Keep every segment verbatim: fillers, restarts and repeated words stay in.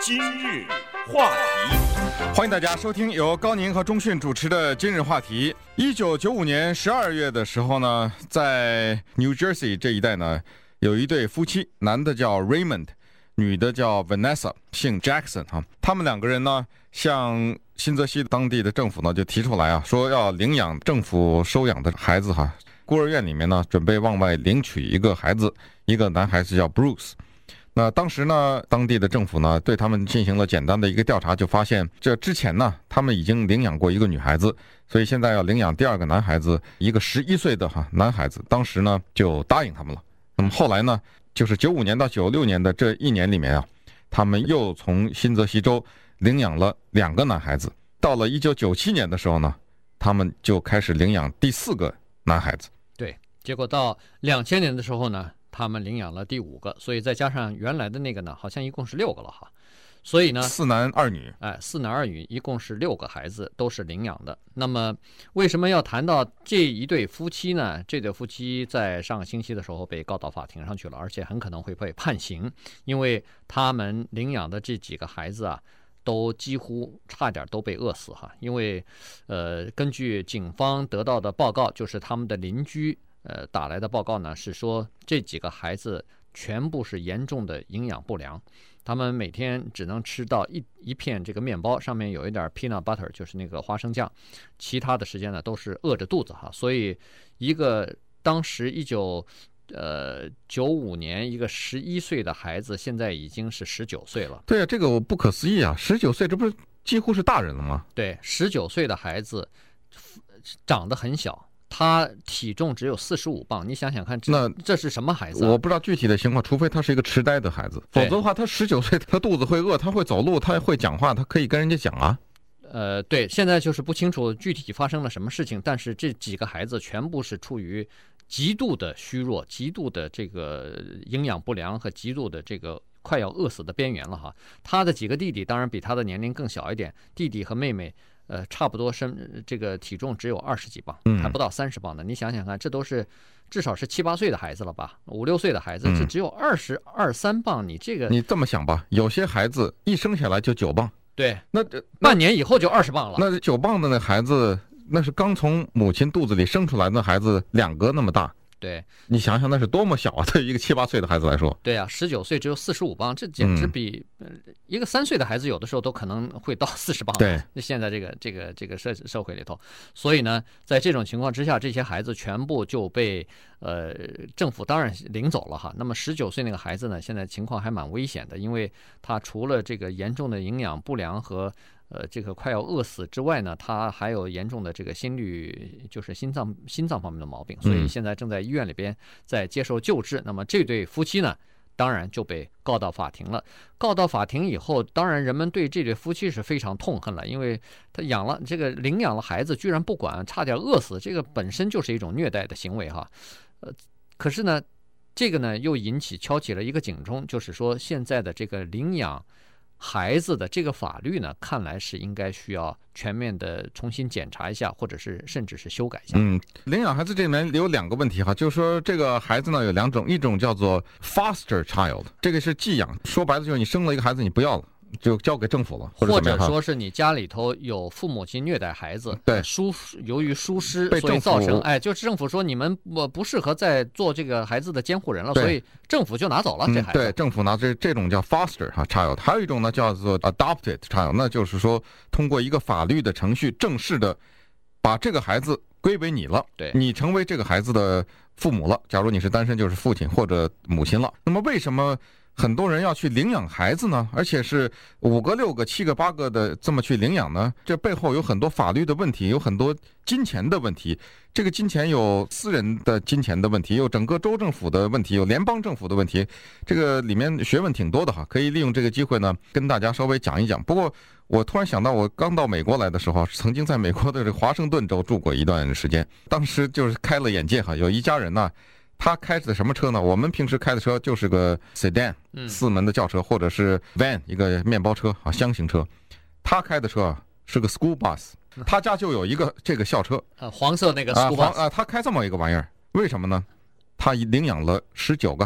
今日话题， 欢迎大家收听由高宁和钟迅主持的今日话题。一九九五年十二月的时候呢，在 New Jersey 这一带呢，有一对夫妻，男的叫 Raymond， 女的叫 Vanessa， 姓 Jackson 哈。他们两个人呢，向新泽西当地的政府呢就提出来啊，说要领养政府收养的孩子哈。孤儿院里面呢，准备往外领取一个孩子，一个男孩子叫 Bruce。那当时呢，当地的政府呢对他们进行了简单的一个调查，就发现这之前呢，他们已经领养过一个女孩子，所以现在要领养第二个男孩子，一个十一岁的哈男孩子。当时呢就答应他们了。那么后来呢，就是九五年到九六年的这一年里面啊，他们又从新泽西州领养了两个男孩子。到了一九九七年的时候呢，他们就开始领养第四个男孩子。 对，结果到两千年的时候呢，他们领养了第五个，所以再加上原来的那个呢，好像一共是六个了哈。所以呢， 四男二女， 哎，四男二女，一共是六个孩子，都是领养的。那么，为什么要谈到这一对夫妻呢？这对夫妻在上个星期的时候被告到法庭上去了，而且很可能会被判刑，因为他们领养的这几个孩子啊，都几乎差点都被饿死哈。因为，呃，根据警方得到的报告，就是他们的邻居呃打来的报告呢，是说这几个孩子全部是严重的营养不良。他们每天只能吃到一一片这个面包，上面有一点 peanut butter， 就是那个花生酱，其他的时间呢都是饿着肚子哈。所以，一个当时一九呃九五年一个十一岁的孩子，现在已经是十九岁了。 对啊，这个我不可思议啊！十九岁，这不是几乎是大人了吗？ 对，十九岁的孩子长得很小。他体重只有四十五磅，你想想看， 那这是什么孩子、啊？ 我不知道具体的情况，除非他是一个痴呆的孩子，否则的话，他十九岁，他肚子会饿，他会走路，他会讲话，他可以跟人家讲啊。 呃，对，现在就是不清楚具体发生了什么事情，但是这几个孩子全部是处于极度的虚弱、极度的这个营养不良和极度的这个快要饿死的边缘了哈。他的几个弟弟当然比他的年龄更小一点，弟弟和妹妹。呃，差不多身这个体重只有二十几磅，还不到三十磅的。你想想看，这都是至少是七八岁的孩子了吧？五六岁的孩子，这只有二十二三磅。你这个， 你这么想吧，有些孩子一生下来就九磅， 对， 那半年以后就二十磅了。 那九磅的那孩子，那是刚从母亲肚子里生出来的孩子，两个那么大。 对， 你想想那是多么小啊！对于一个七八岁的孩子来说， 对啊，十九岁只有四十五磅，这简直比、嗯、一个三岁的孩子有的时候都可能会到四十磅。 对， 那现在这个这个这个社社会里头，所以呢，在这种情况之下，这些孩子全部就被呃政府当然领走了哈。那么十九岁那个孩子呢，现在情况还蛮危险的，因为他除了这个严重的营养不良和呃，这个快要饿死之外呢，他还有严重的这个心律，就是心脏心脏方面的毛病，所以现在正在医院里边在接受救治。那么这对夫妻呢，当然就被告到法庭了。告到法庭以后，当然人们对这对夫妻是非常痛恨了，因为他养了这个领养了孩子，居然不管，差点饿死，这个本身就是一种虐待的行为哈。呃，可是呢，这个呢又引起敲起了一个警钟，就是说现在的这个领养孩子的这个法律呢，看来是应该需要全面的重新检查一下，或者是甚至是修改一下。 嗯，领养孩子这里面有两个问题哈，就是说这个孩子呢有两种，一种叫做 foster child， 这个是寄养，说白了就是你生了一个孩子你不要了，就交给政府了，或者或者说是你家里头有父母亲虐待孩子， 对， 疏由于疏失被所以造成，哎，就是政府说你们不不适合再做这个孩子的监护人了，所以政府就拿走了这孩子。 嗯、对，政府拿这这种叫 foster 哈 child， 还有一种呢叫做 adopted child， 那就是说通过一个法律的程序，正式的把这个孩子归为你了， 对， 你成为这个孩子的父母了。假如你是单身，就是父亲或者母亲了。那么为什么很多人要去领养孩子呢？而且是五个、六个、七个、八个的这么去领养呢？这背后有很多法律的问题，有很多金钱的问题。这个金钱有私人的金钱的问题，有整个州政府的问题，有联邦政府的问题。这个里面学问挺多的哈，可以利用这个机会呢，跟大家稍微讲一讲。不过我突然想到，我刚到美国来的时候，曾经在美国的这个华盛顿州住过一段时间，当时就是开了眼界哈。有一家人呢，他开的什么车呢？我们平时开的车就是个 sedan， 四门的轿车，或者是 van 一个面包车啊，箱型车。他开的车是个 school bus， 他家就有一个这个校车， 啊，黄色那个 school bus 啊，他开这么一个玩意儿，为什么呢？他领养了十九个孩子。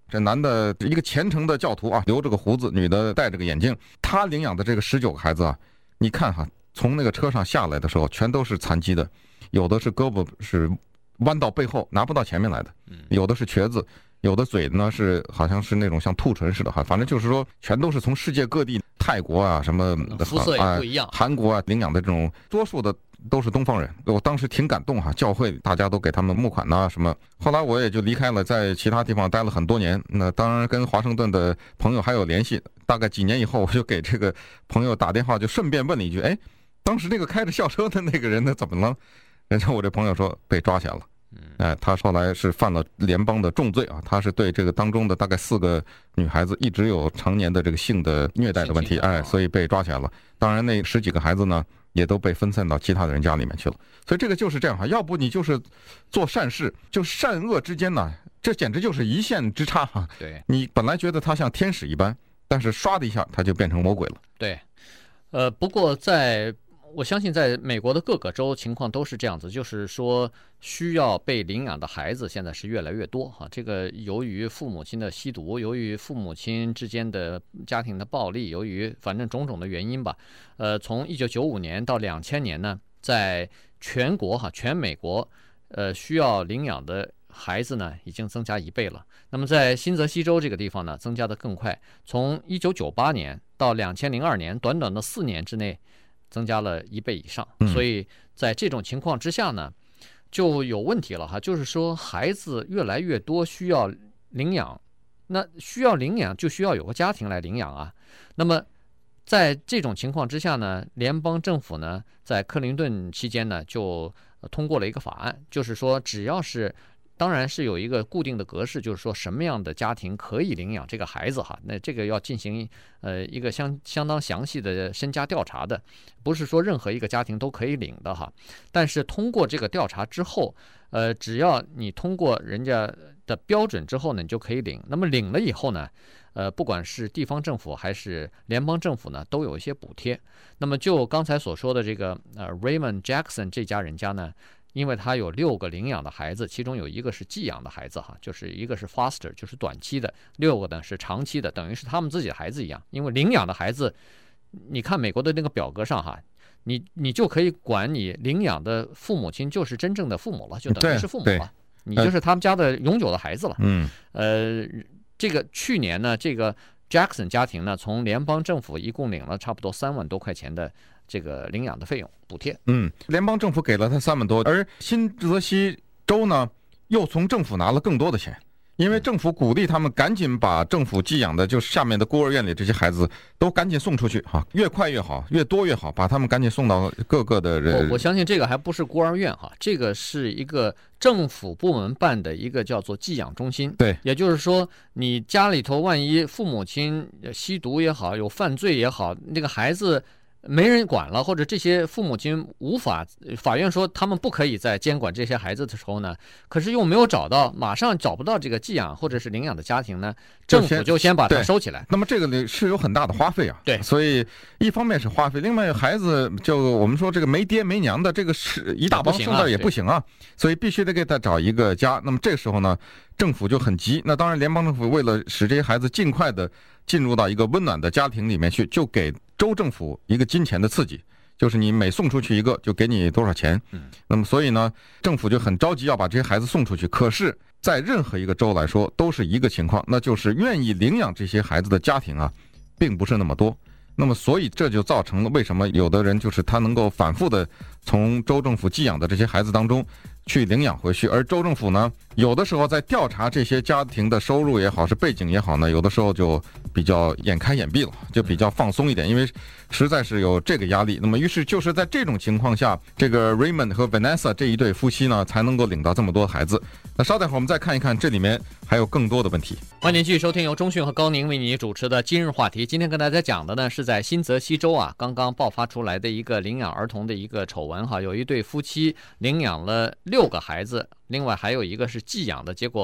这男的一个虔诚的教徒啊，留着个胡子，女的戴着个眼镜。他领养的这个十九个孩子啊，你看哈，从那个车上下来的时候，全都是残疾的，有的是胳膊是弯到背后拿不到前面来的，有的是瘸子，有的嘴呢是好像是那种像兔唇似的哈，反正就是说全都是从世界各地，泰国啊什么肤色也不一样， 韩国啊领养的这种，多数的都是东方人。我当时挺感动哈，教会大家都给他们募款呐、啊、什么。后来我也就离开了，在其他地方待了很多年。那当然跟华盛顿的朋友还有联系。大概几年以后，我就给这个朋友打电话，就顺便问了一句：哎，当时那个开着校车的那个人呢怎么了？人家我这朋友说被抓起来了。哎，他后来是犯了联邦的重罪啊，他是对这个当中的大概四个女孩子一直有常年的这个性的虐待的问题，哎，所以被抓起来了。当然那十几个孩子呢也都被分散到其他的人家里面去了。所以这个就是这样哈，要不你就是做善事，就善恶之间呢，这简直就是一线之差哈。 对， 你本来觉得他像天使一般，但是唰的一下他就变成魔鬼了。 对，呃，不过在我相信在美国的各个州情况都是这样子，就是说需要被领养的孩子现在是越来越多哈。这个由于父母亲的吸毒，由于父母亲之间的家庭的暴力，由于反正种种的原因吧，呃，从一九九五年到两千年呢，在全国哈全美国，呃，需要领养的孩子呢已经增加一倍了。那么在新泽西州这个地方呢，增加的更快，从一九九八年到两千零二年，短短的四年之内，增加了一倍以上。所以在这种情况之下呢，就有问题了哈，就是说孩子越来越多需要领养，那需要领养就需要有个家庭来领养啊。那么在这种情况之下呢，联邦政府呢在克林顿期间呢就通过了一个法案，就是说只要是当然是有一个固定的格式，就是说什么样的家庭可以领养这个孩子哈，那这个要进行呃一个相相当详细的身家调查的，不是说任何一个家庭都可以领的哈。但是通过这个调查之后，呃，只要你通过人家的标准之后呢，你就可以领。那么领了以后呢，呃，不管是地方政府还是联邦政府呢，都有一些补贴。那么就刚才所说的这个呃 Raymond Jackson 这家人家呢，因为他有六个领养的孩子，其中有一个是寄养的孩子哈，就是一个是 foster， 就是短期的，六个呢是长期的，等于是他们自己的孩子一样。因为领养的孩子，你看美国的那个表格上哈，你你就可以管你领养的父母亲就是真正的父母了，就等于是父母了，你就是他们家的永久的孩子了。 嗯， 呃，这个去年呢，这个 Jackson 家庭呢，从联邦政府一共领了差不多三万多块钱的这个领养的费用补贴。 嗯，联邦政府给了他三万多，而新泽西州呢又从政府拿了更多的钱，因为政府鼓励他们赶紧把政府寄养的，就是下面的孤儿院里这些孩子都赶紧送出去哈，越快越好，越多越好，把他们赶紧送到各个的人。 我我相信这个还不是孤儿院哈，这个是一个政府部门办的一个叫做寄养中心。 对， 也就是说，你家里头万一父母亲吸毒也好，有犯罪也好，那个孩子没人管了，或者这些父母亲无法，法院说他们不可以再监管这些孩子的时候呢，可是又没有找到，马上找不到这个寄养或者是领养的家庭呢，政府就先把它收起来。 那么这个里是有很大的花费啊， 对， 所以一方面是花费，另外孩子就我们说这个没爹没娘的，这个是一大帮生的也不行啊，所以必须得给他找一个家。那么这时候呢，政府就很急。那当然，联邦政府为了使这些孩子尽快的进入到一个温暖的家庭里面去，就给州政府一个金钱的刺激，就是你每送出去一个就给你多少钱。那么所以呢，政府就很着急要把这些孩子送出去。可是在任何一个州来说都是一个情况，那就是愿意领养这些孩子的家庭啊并不是那么多。那么所以这就造成了为什么有的人就是他能够反复的从州政府寄养的这些孩子当中去领养回去，而州政府呢有的时候在调查这些家庭的收入也好，是背景也好呢，有的时候就比较眼开眼闭了，就比较放松一点，因为实在是有这个压力。那么于是就是在这种情况下，这个 Raymond 和 Vanessa 这一对夫妻呢才能够领到这么多孩子。那稍待会儿我们再看一看这里面还有更多的问题。 欢迎继续收听由钟迅和高宁为你主持的今日话题。今天跟大家讲的呢是在新泽西州啊刚刚爆发出来的一个领养儿童的一个丑闻哈，有一对夫妻领养了六个孩子，另外还有一个是寄养的，结果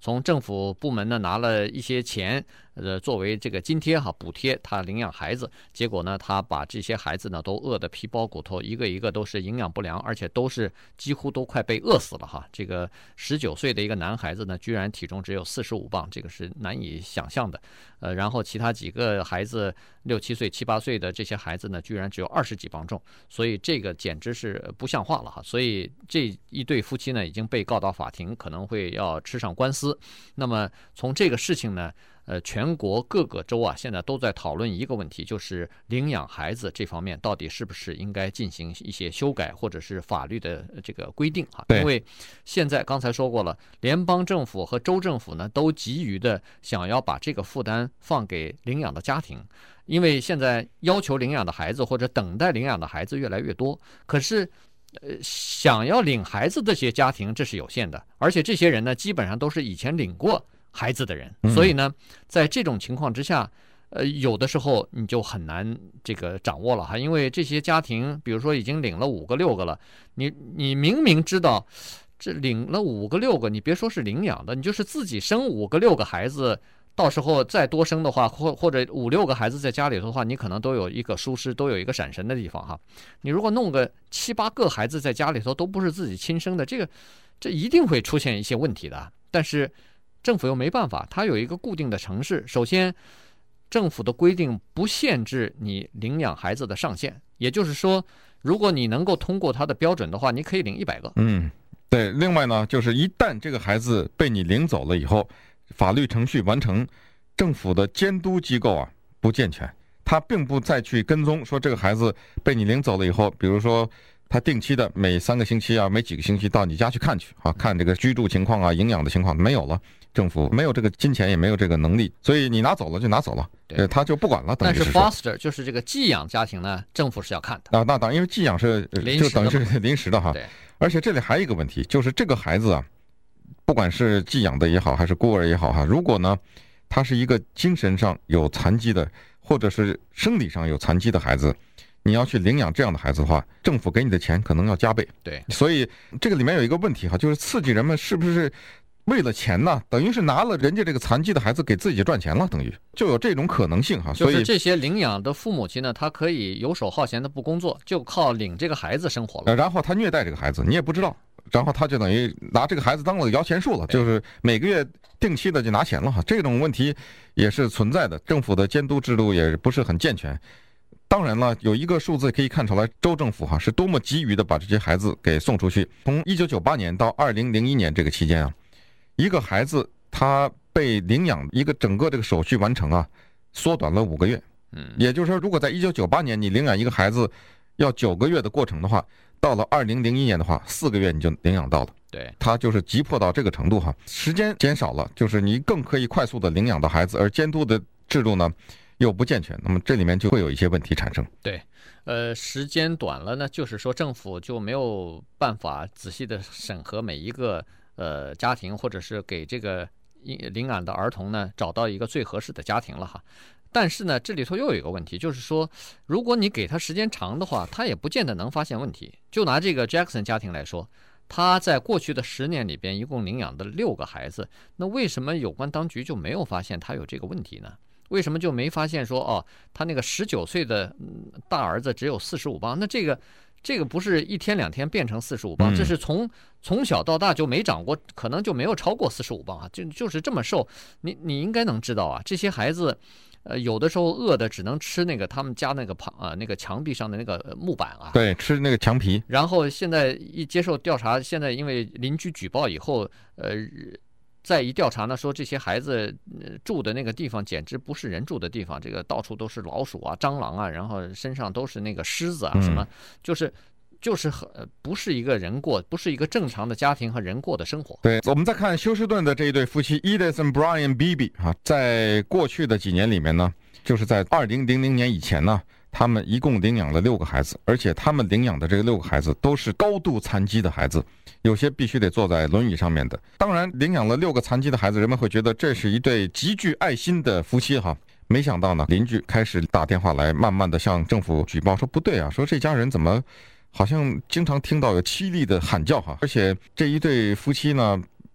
从政府部门呢拿了一些钱，呃，作为这个津贴哈补贴他领养孩子，结果呢，他把这些孩子呢都饿得皮包骨头，一个一个都是营养不良，而且都是几乎都快被饿死了哈。这个十九岁的一个男孩子呢，居然体重只有四十五磅，这个是难以想象的。呃，然后其他几个孩子六七岁、七八岁的这些孩子呢，居然只有二十几磅重，所以这个简直是不像话了哈。所以这一对夫妻呢，已经被告到法庭，可能会要吃上官司。那么从这个事情呢，呃，全国各个州啊，现在都在讨论一个问题，就是领养孩子这方面到底是不是应该进行一些修改，或者是法律的这个规定哈。因为现在刚才说过了，联邦政府和州政府呢，都急于的想要把这个负担放给领养的家庭，因为现在要求领养的孩子或者等待领养的孩子越来越多，可是呃，想要领孩子的这些家庭这是有限的，而且这些人呢，基本上都是以前领过孩子的人，所以呢，在这种情况之下，呃，有的时候你就很难这个掌握了哈，因为这些家庭，比如说已经领了五个六个了，你你明明知道这领了五个六个，你别说是领养的，你就是自己生五个六个孩子。到时候再多生的话，或或者五六个孩子在家里头的话，你可能都有一个疏失，都有一个闪神的地方哈。你如果弄个七八个孩子在家里头，都不是自己亲生的，这个这一定会出现一些问题的。但是政府又没办法，它有一个固定的城市。首先，政府的规定不限制你领养孩子的上限，也就是说，如果你能够通过它的标准的话，你可以领一百个。 嗯，对。另外呢，就是一旦这个孩子被你领走了以后，法律程序完成，政府的监督机构啊不健全，他并不再去跟踪，说这个孩子被你领走了以后，比如说他定期的每三个星期啊，每几个星期到你家去看去啊，看这个居住情况啊、营养的情况，没有了，政府没有这个金钱，也没有这个能力，所以你拿走了就拿走了，对，他就不管了。 但是 foster 就是这个寄养家庭呢，政府是要看的啊，那当然，因为寄养是就等于是临时的哈。 对， 而且这里还有一个问题，就是这个孩子啊。不管是寄养的也好，还是孤儿也好哈，如果呢，他是一个精神上有残疾的，或者是生理上有残疾的孩子，你要去领养这样的孩子的话，政府给你的钱可能要加倍。 对， 所以这个里面有一个问题哈，就是刺激人们是不是为了钱呢？等于是拿了人家这个残疾的孩子给自己赚钱了，等于就有这种可能性哈。所以就是这些领养的父母亲呢，他可以游手好闲的不工作，就靠领这个孩子生活了。 然后他虐待这个孩子，你也不知道。然后他就等于拿这个孩子当了摇钱树了，就是每个月定期的就拿钱了哈。这种问题也是存在的，政府的监督制度也不是很健全。当然了，有一个数字可以看出来，州政府哈是多么急于的把这些孩子给送出去。从一九九八年到二零零一年这个期间啊，一个孩子他被领养一个整个这个手续完成啊，缩短了五个月。 嗯， 也就是说，如果在一九九八年你领养一个孩子要九个月的过程的话，到了二零零一年的话，四个月你就领养到了。 对， 他就是急迫到这个程度哈，时间减少了，就是你更可以快速的领养到孩子，而监督的制度呢又不健全，那么这里面就会有一些问题产生。 对，呃，时间短了呢，就是说政府就没有办法仔细的审核每一个呃家庭，或者是给这个领养的儿童呢找到一个最合适的家庭了哈。但是呢，这里头又有一个问题，就是说，如果你给他时间长的话，他也不见得能发现问题。就拿这个 Jackson 家庭来说，他在过去的十年里边一共领养的六个孩子，那为什么有关当局就没有发现他有这个问题呢？为什么就没发现说，哦，他那个十九岁的大儿子只有四十五磅？那这个这个不是一天两天变成四十五磅，这是从从小到大就没长过，可能就没有超过四十五磅啊，就就是这么瘦。你你应该能知道啊，这些孩子。呃，有的时候饿的只能吃那个他们家那个旁啊那个墙壁上的那个木板啊， 对，吃那个墙皮。 然后现在一接受调查，现在因为邻居举报以后，呃，再一调查呢，说这些孩子住的那个地方简直不是人住的地方，这个到处都是老鼠啊、蟑螂啊，然后身上都是那个虱子啊，什么，就是。就是不是一个人过，不是一个正常的家庭和人过的生活。 对，我们再看休斯顿的这一对夫妻 Edith and Brian Beebe 啊，在过去的几年里面呢，就是在二零零零年以前呢，他们一共领养了六个孩子，而且他们领养的这个六个孩子都是高度残疾的孩子，有些必须得坐在轮椅上面的。当然，领养了六个残疾的孩子，人们会觉得这是一对极具爱心的夫妻哈。没想到呢，邻居开始打电话来，慢慢的向政府举报说不对啊，说这家人怎么好像经常听到有凄厉的喊叫哈，而且这一对夫妻呢，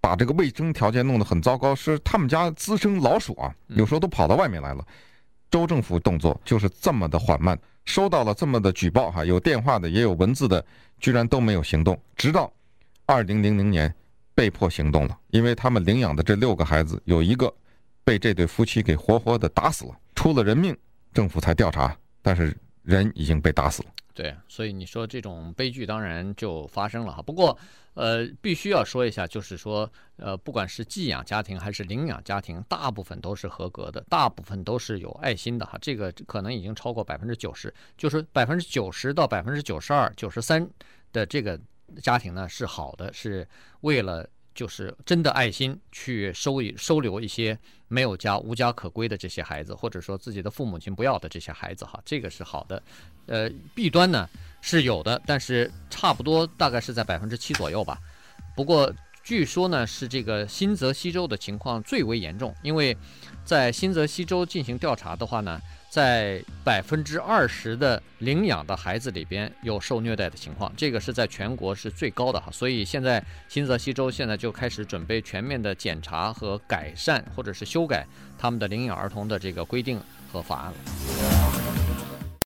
把这个卫生条件弄得很糟糕，是他们家滋生老鼠啊，有时候都跑到外面来了。州政府动作就是这么的缓慢，收到了这么的举报哈，有电话的也有文字的，居然都没有行动，直到二零零零年被迫行动了，因为他们领养的这六个孩子有一个被这对夫妻给活活的打死了，出了人命，政府才调查，但是人已经被打死了。 对，所以你说这种悲剧当然就发生了哈。不过，呃，必须要说一下，就是说，呃，不管是寄养家庭还是领养家庭，大部分都是合格的，大部分都是有爱心的哈。这个可能已经超过百分之九十，就是百分之九十到百分之九十二、九十三的这个家庭呢是好的，是为了就是真的爱心去收收留一些没有家、无家可归的这些孩子，或者说自己的父母亲不要的这些孩子哈，这个是好的。呃，弊端呢是有的，但是差不多大概是在百分之七左右吧。不过据说呢是这个新泽西州的情况最为严重，因为在新泽西州进行调查的话呢，在百分之二十的领养的孩子里边有受虐待的情况，这个是在全国是最高的哈。所以现在新泽西州现在就开始准备全面的检查和改善，或者是修改他们的领养儿童的这个规定和法案了。